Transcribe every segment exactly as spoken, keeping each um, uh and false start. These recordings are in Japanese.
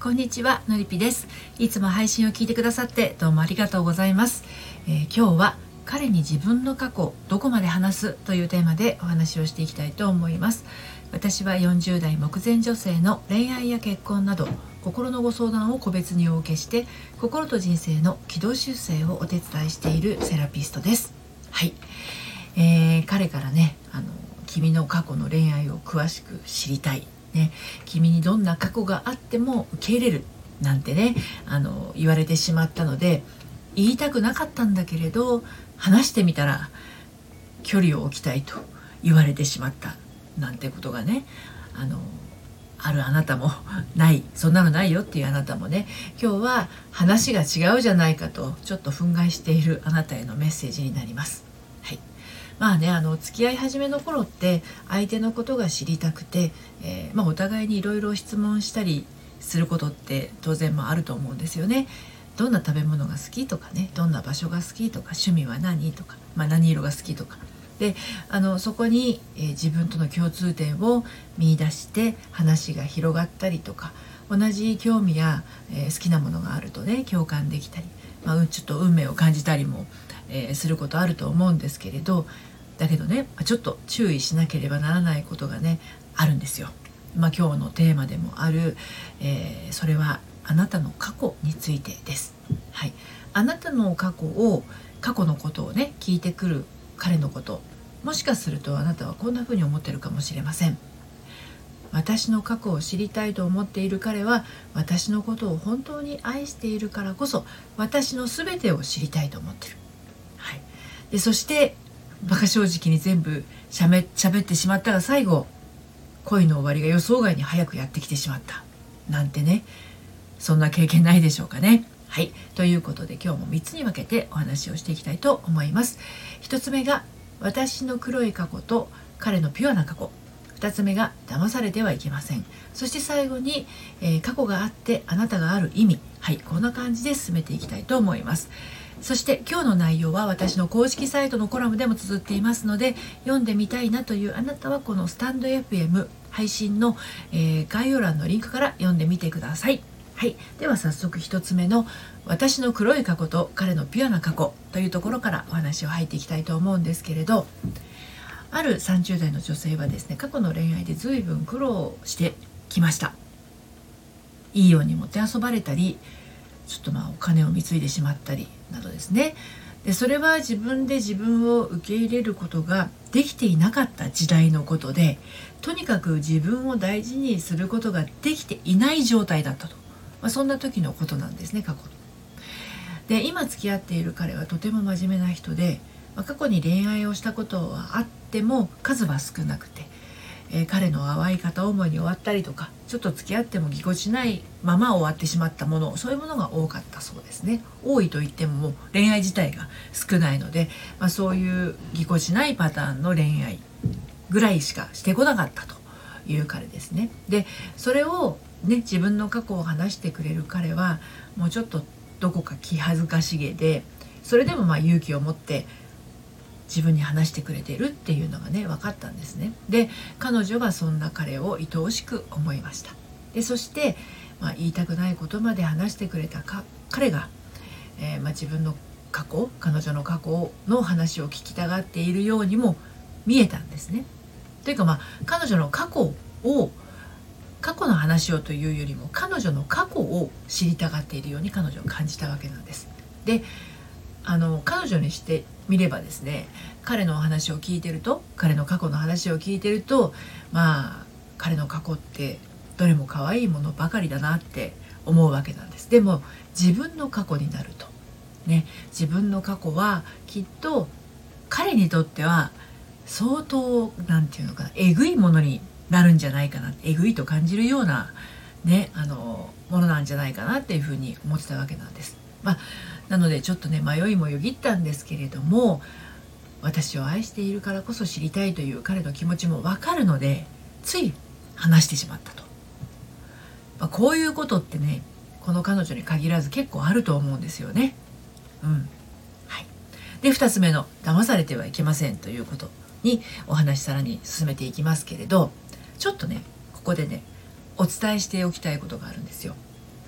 こんにちは、のりぴです。いつも配信を聞いてくださってどうもありがとうございます。えー、今日は彼に自分の過去をどこまで話すというテーマでお話をしていきたいと思います。私はよんじゅう代目前女性の恋愛や結婚など心のご相談を個別にお受けして、心と人生の軌道修正をお手伝いしているセラピストです。はい、えー、彼からね、あの君の過去の恋愛を詳しく知りたいね、君にどんな過去があっても受け入れるなんてね、あの言われてしまったので、言いたくなかったんだけれど話してみたら距離を置きたいと言われてしまったなんてことがね、あのあるあなたもない、そんなのないよっていうあなたもね、今日は話が違うじゃないかとちょっと憤慨しているあなたへのメッセージになります。はい、まあね、あの付き合い始めの頃って相手のことが知りたくて、えーまあ、お互いにいろいろ質問したりすることって当然もあると思うんですよね。どんな食べ物が好きとかね、どんな場所が好きとか、趣味は何とか、まあ、何色が好きとかで、あのそこに、えー、自分との共通点を見出して話が広がったりとか、同じ興味や、えー、好きなものがあるとね共感できたり、まあ、ちょっと運命を感じたりも、えー、することあると思うんですけれど、だけどね、ちょっと注意しなければならないことがねあるんですよ。まあ、今日のテーマでもある、えー、それはあなたの過去についてです。はい、あなたの過去を過去のことをね聞いてくる彼のこと、もしかするとあなたはこんな風に思ってるかもしれません。私の過去を知りたいと思っている彼は私のことを本当に愛しているからこそ私の全てを知りたいと思ってる。はい、でそして馬鹿正直に全部しゃべってしまったが、最後恋の終わりが予想外に早くやってきてしまったなんてね、そんな経験ないでしょうかね。はい、ということで今日もみっつに分けてお話をしていきたいと思います。ひとつめが私の黒い過去と彼のピュアな過去、ふたつめが騙されてはいけません。そして最後に、えー、過去があってあなたがある意味。はい、こんな感じで進めていきたいと思います。そして今日の内容は私の公式サイトのコラムでも綴っていますので、読んでみたいなというあなたはこのスタンド エフエム 配信の、えー、概要欄のリンクから読んでみてください。はい、では早速ひとつめの私の黒い過去と彼のピュアな過去というところからお話を入っていきたいと思うんですけれど、あるさんじゅう代の女性はですね、過去の恋愛で随分苦労してきました。いいようにもてあそばれたり、ちょっとまあお金を貢いでしまったりなどですね。でそれは自分で自分を受け入れることができていなかった時代のことで、とにかく自分を大事にすることができていない状態だったと、まあ、そんな時のことなんですね、過去で。今付き合っている彼はとても真面目な人で、まあ、過去に恋愛をしたことはあっても数は少なくて、えー、彼の淡い片思いに終わったりとか、ちょっと付き合ってもぎこちないまま終わってしまったもの、そういうものが多かったそうですね。多いと言ってももう恋愛自体が少ないので、まあ、そういうぎこちないパターンの恋愛ぐらいしかしてこなかったという彼ですね。でそれをね、自分の過去を話してくれる彼はもうちょっとどこか気恥ずかしげで、それでもまあ勇気を持って自分に話してくれているっていうのがね分かったんですね。で彼女はそんな彼を愛おしく思いました。でそして、まあ、言いたくないことまで話してくれたか彼が、えーまあ、自分の過去彼女の過去の話を聞きたがっているようにも見えたんですね。というかまあ彼女の過去を過去の話をというよりも彼女の過去を知りたがっているように彼女は感じたわけなんです。であの彼女にしてみればですね、彼のお話を聞いてると彼の過去の話を聞いてると、まあ彼の過去ってどれも可愛いものばかりだなって思うわけなんです。でも自分の過去になるとね、自分の過去はきっと彼にとっては相当なんていうのかな、えぐいものになるんじゃないかな、えぐいと感じるようなね、あのものなんじゃないかなっていうふうに思ってたわけなんです。まあ、なのでちょっとね迷いもよぎったんですけれども、私を愛しているからこそ知りたいという彼の気持ちも分かるので、つい話してしまったと。まあ、こういうことってね、この彼女に限らず結構あると思うんですよね。うん、はい。でふたつめの騙されてはいけませんということにお話さらに進めていきますけれど、ちょっとねここでねお伝えしておきたいことがあるんですよ。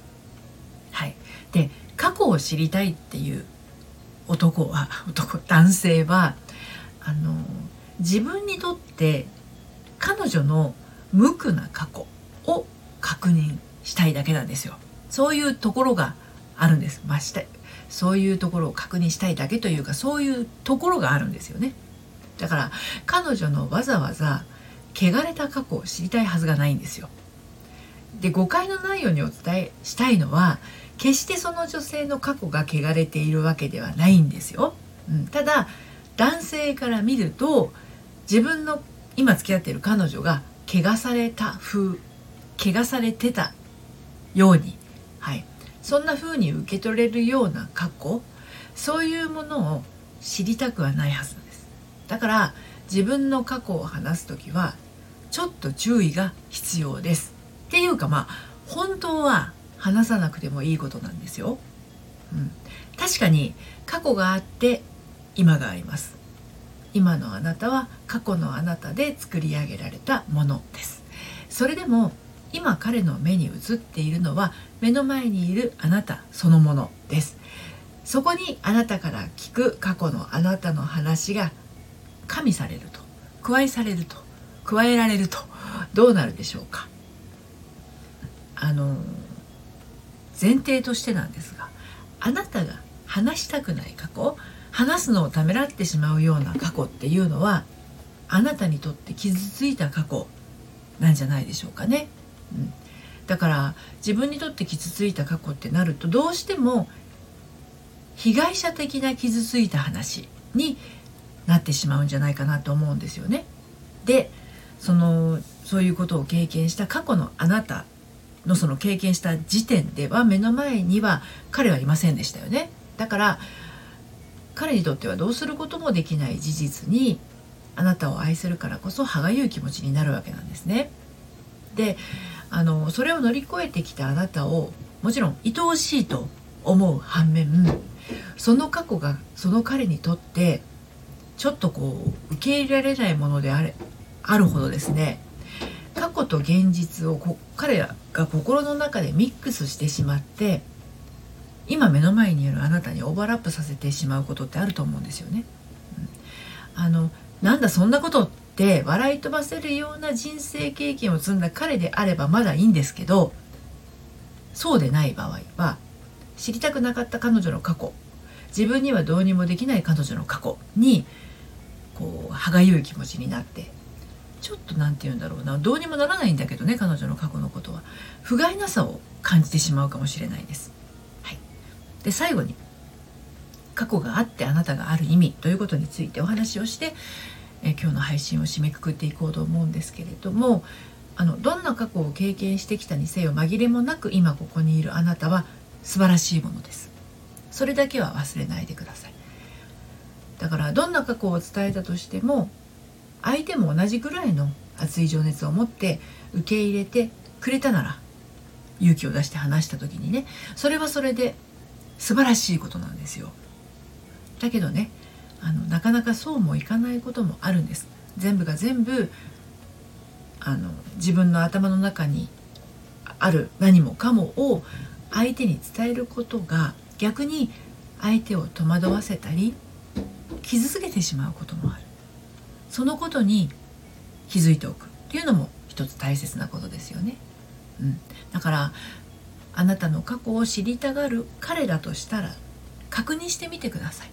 で過去を知りたいっていう男は男男性はあの自分にとって彼女の無垢な過去を確認したいだけなんですよ。そういうところがあるんです。まあ、したいそういうところを確認したいだけというか、そういうところがあるんですよね。だから彼女のわざわざ汚れた過去を知りたいはずがないんですよ。で、誤解のないようにお伝えしたいのは、決してその女性の過去が汚れているわけではないんですよ。うん、ただ男性から見ると、自分の今付き合っている彼女が汚された風汚されてたように、はい、そんな風に受け取れるような過去、そういうものを知りたくはないはずなんです。だから自分の過去を話すときはちょっと注意が必要です。っていうか、まあ本当は話さなくてもいいことなんですよ。うん、確かに過去があって今があります。今のあなたは過去のあなたで作り上げられたものです。それでも今彼の目に映っているのは目の前にいるあなたそのものです。そこにあなたから聞く過去のあなたの話が加味されると、加えされると、加えられるとどうなるでしょうか。あの前提としてなんですが、あなたが話したくない過去、話すのをためらってしまうような過去っていうのは、あなたにとって傷ついた過去なんじゃないでしょうかね。うん、だから自分にとって傷ついた過去ってなると、どうしても被害者的な傷ついた話になってしまうんじゃないかなと思うんですよね。で、そのそういうことを経験した過去のあなたのその経験した時点では目の前には彼はいませんでしたよね。だから彼にとってはどうすることもできない事実に、あなたを愛するからこそ歯がゆい気持ちになるわけなんですね。で、あのそれを乗り越えてきたあなたをもちろん愛おしいと思う反面、その過去がその彼にとってちょっとこう受け入れられないものであれあるほどですね、過去と現実をこ彼らが心の中でミックスしてしまって、今目の前にいるあなたにオーバーラップさせてしまうことってあると思うんですよね。うん、あのなんだそんなことって笑い飛ばせるような人生経験を積んだ彼であればまだいいんですけど、そうでない場合は、知りたくなかった彼女の過去、自分にはどうにもできない彼女の過去にこう歯がゆい気持ちになって、ちょっとなんて言うんだろうな、どうにもならないんだけどね、彼女の過去のことは不甲斐なさを感じてしまうかもしれないです。はい、で最後に、過去があってあなたがある意味ということについてお話をして、え今日の配信を締めくくっていこうと思うんですけれども、あのどんな過去を経験してきたにせよ、紛れもなく今ここにいるあなたは素晴らしいものです。それだけは忘れないでください。だからどんな過去を伝えたとしても、相手も同じぐらいの熱い情熱を持って受け入れてくれたなら、勇気を出して話した時にね、それはそれで素晴らしいことなんですよ。だけどね、あのなかなかそうもいかないこともあるんです。全部が全部あの自分の頭の中にある何もかもを相手に伝えることが、逆に相手を戸惑わせたり傷つけてしまうこともある。そのことに気づいておくっていうのも一つ大切なことですよね。うん、だからあなたの過去を知りたがる彼だとしたら、確認してみてください。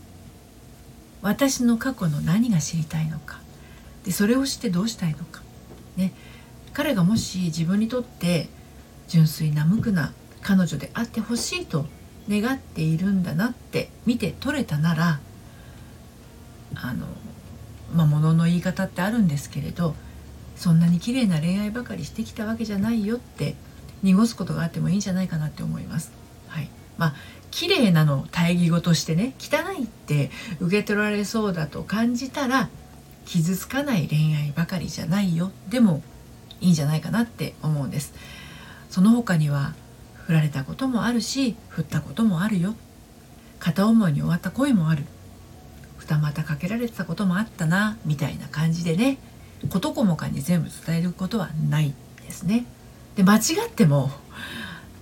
私の過去の何が知りたいのか、でそれを知ってどうしたいのか、ね、彼がもし自分にとって純粋な無垢な彼女であってほしいと願っているんだなって見て取れたなら、あのまあ物の言い方ってあるんですけれど、そんなに綺麗な恋愛ばかりしてきたわけじゃないよって濁すことがあってもいいんじゃないかなって思います。はい、まあ綺麗なのを対義語としてね、汚いって受け取られそうだと感じたら、傷つかない恋愛ばかりじゃないよでもいいんじゃないかなって思うんです。その他には振られたこともあるし、振ったこともあるよ、片思いに終わった恋もある、二股かけられてたこともあったなみたいな感じでね、事細かに全部伝えることはないですね。で間違っても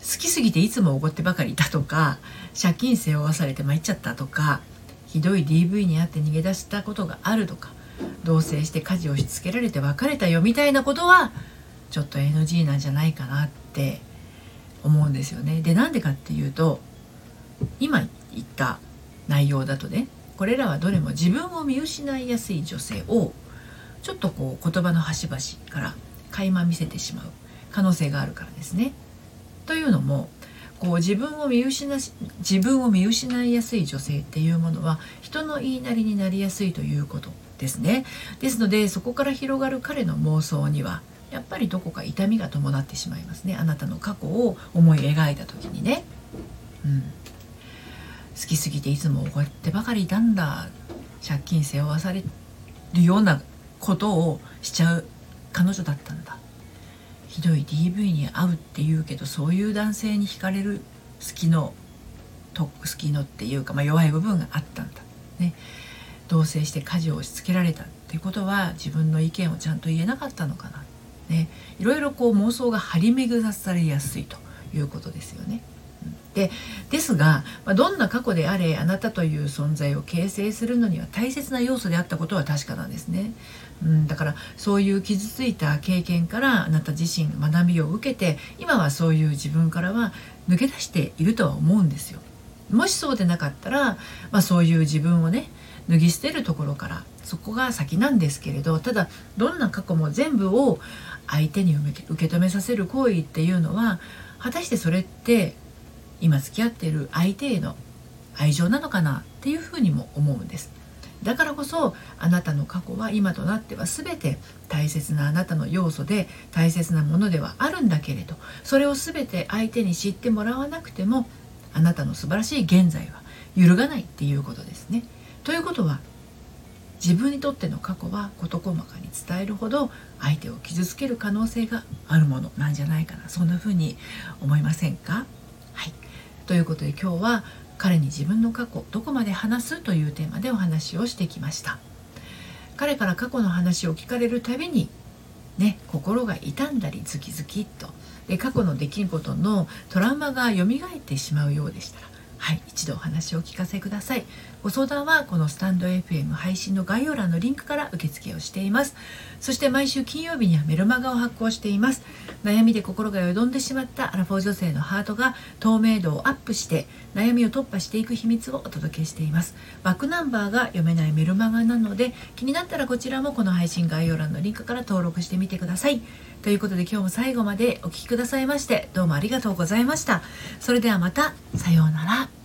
好きすぎていつもおごってばかりいたとか、借金背負わされて参っちゃったとか、ひどい ディーブイ にあって逃げ出したことがあるとか、同棲して家事をしつけられて別れたよみたいなことはちょっと エヌジー なんじゃないかなって思うんですよね。で、なんでかっていうと、今言った内容だとね、これらはどれも自分を見失いやすい女性をちょっとこう言葉の端々から垣間見せてしまう可能性があるからですね。というのも、こう自分を見失し自分を見失いやすい女性っていうものは人の言いなりになりやすいということですね。ですので、そこから広がる彼の妄想にはやっぱりどこか痛みが伴ってしまいますね。あなたの過去を思い描いた時にね、うん、好きすぎていつもおごってばかりいたんだ、借金背負わされるようなことをしちゃう彼女だったんだ、ひどい ディーブイ に遭うっていうけど、そういう男性に惹かれる好きのと好きのっていうか、まあ、弱い部分があったんだ、ね、同棲して家事を押し付けられたっていうことは自分の意見をちゃんと言えなかったのかな、ね、いろいろこう妄想が張り巡らされやすいということですよね。でですが、まあ、どんな過去であれあなたという存在を形成するのには大切な要素であったことは確かなんですね。うん、だからそういう傷ついた経験からあなた自身学びを受けて、今はそういう自分からは抜け出しているとは思うんですよ。もしそうでなかったら、まあ、そういう自分をね脱ぎ捨てるところからそこが先なんですけれど、ただどんな過去も全部を相手に受け止めさせる行為っていうのは、果たしてそれって今付き合っている相手への愛情なのかなっていうふうにも思うんです。だからこそあなたの過去は今となっては全て大切なあなたの要素で大切なものではあるんだけれど、それを全て相手に知ってもらわなくてもあなたの素晴らしい現在は揺るがないっていうことですね。ということは、自分にとっての過去は事細かに伝えるほど相手を傷つける可能性があるものなんじゃないかな、そんなふうに思いませんか？はい、ということで今日は彼に自分の過去どこまで話すというテーマでお話をしてきました。彼から過去の話を聞かれるたびにね、心が痛んだりズキズキっとで過去の出来事のトラウマが蘇ってしまうようでしたら、はい、一度お話をお聞かせください。ご相談はこのスタンド エフエム 配信の概要欄のリンクから受付をしています。そして毎週金曜日にはメルマガを発行しています。悩みで心がよどんでしまったアラフォー女性のハートが透明度をアップして悩みを突破していく秘密をお届けしています。バックナンバーが読めないメルマガなので、気になったらこちらもこの配信概要欄のリンクから登録してみてください。ということで今日も最後までお聞きくださいましてどうもありがとうございました。それではまた、さようなら。